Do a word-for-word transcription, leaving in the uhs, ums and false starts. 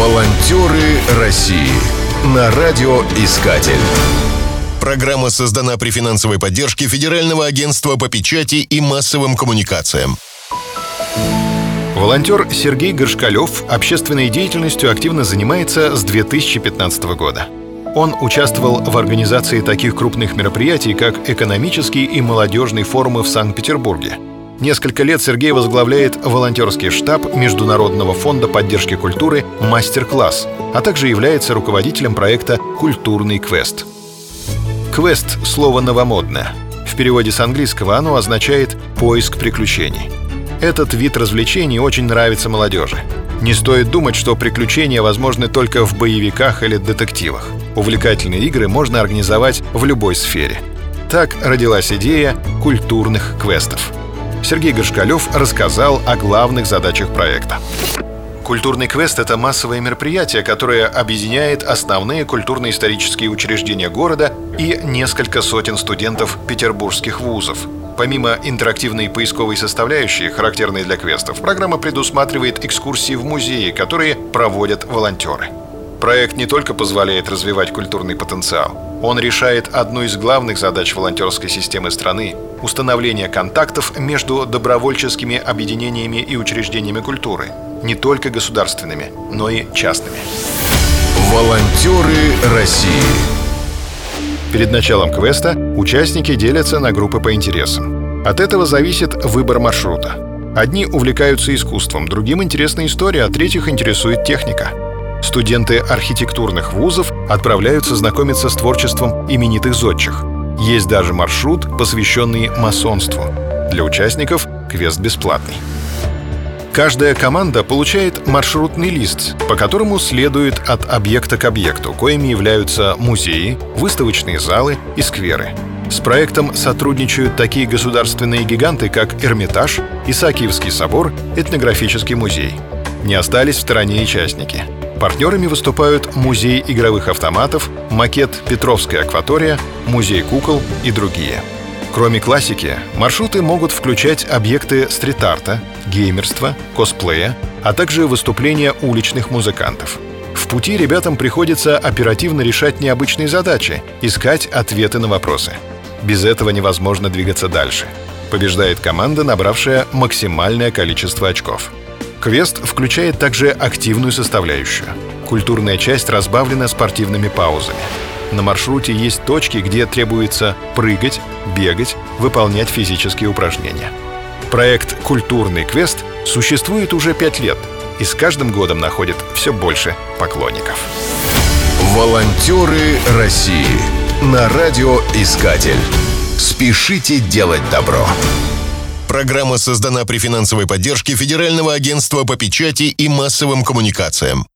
Волонтеры России на радиоискатель. Программа создана при финансовой поддержке Федерального агентства по печати и массовым коммуникациям. Волонтер Сергей Горшкалев общественной деятельностью активно занимается с две тысячи пятнадцатого года. Он участвовал в организации таких крупных мероприятий, как экономический и молодежный форумы в Санкт-Петербурге. Несколько лет Сергей возглавляет волонтерский штаб Международного фонда поддержки культуры «Мастер-класс», а также является руководителем проекта «Культурный квест». Квест — слово новомодное. В переводе с английского оно означает «поиск приключений». Этот вид развлечений очень нравится молодежи. Не стоит думать, что приключения возможны только в боевиках или детективах. Увлекательные игры можно организовать в любой сфере. Так родилась идея культурных квестов. Сергей Горшкалев рассказал о главных задачах проекта. Культурный квест — это массовое мероприятие, которое объединяет основные культурно-исторические учреждения города и несколько сотен студентов петербургских вузов. Помимо интерактивной поисковой составляющей, характерной для квестов, программа предусматривает экскурсии в музеи, которые проводят волонтеры. Проект не только позволяет развивать культурный потенциал, он решает одну из главных задач волонтерской системы страны — установление контактов между добровольческими объединениями и учреждениями культуры, не только государственными, но и частными. Волонтеры России. Перед началом квеста участники делятся на группы по интересам. От этого зависит выбор маршрута. Одни увлекаются искусством, другим интересна история, а третьих интересует техника. Студенты архитектурных вузов отправляются знакомиться с творчеством именитых зодчих. Есть даже маршрут, посвященный масонству. Для участников квест бесплатный. Каждая команда получает маршрутный лист, по которому следует от объекта к объекту, коими являются музеи, выставочные залы и скверы. С проектом сотрудничают такие государственные гиганты, как Эрмитаж, Исаакиевский собор, Этнографический музей. Не остались в стороне и частники. Партнерами выступают Музей игровых автоматов, Макет Петровская акватория, Музей кукол и другие. Кроме классики, маршруты могут включать объекты стрит-арта, геймерства, косплея, а также выступления уличных музыкантов. В пути ребятам приходится оперативно решать необычные задачи, искать ответы на вопросы. Без этого невозможно двигаться дальше. Побеждает команда, набравшая максимальное количество очков. Квест включает также активную составляющую. Культурная часть разбавлена спортивными паузами. На маршруте есть точки, где требуется прыгать, бегать, выполнять физические упражнения. Проект «Культурный квест» существует уже пять лет и с каждым годом находит все больше поклонников. Волонтеры России на радиоискатель. Спешите делать добро. Программа создана при финансовой поддержке Федерального агентства по печати и массовым коммуникациям.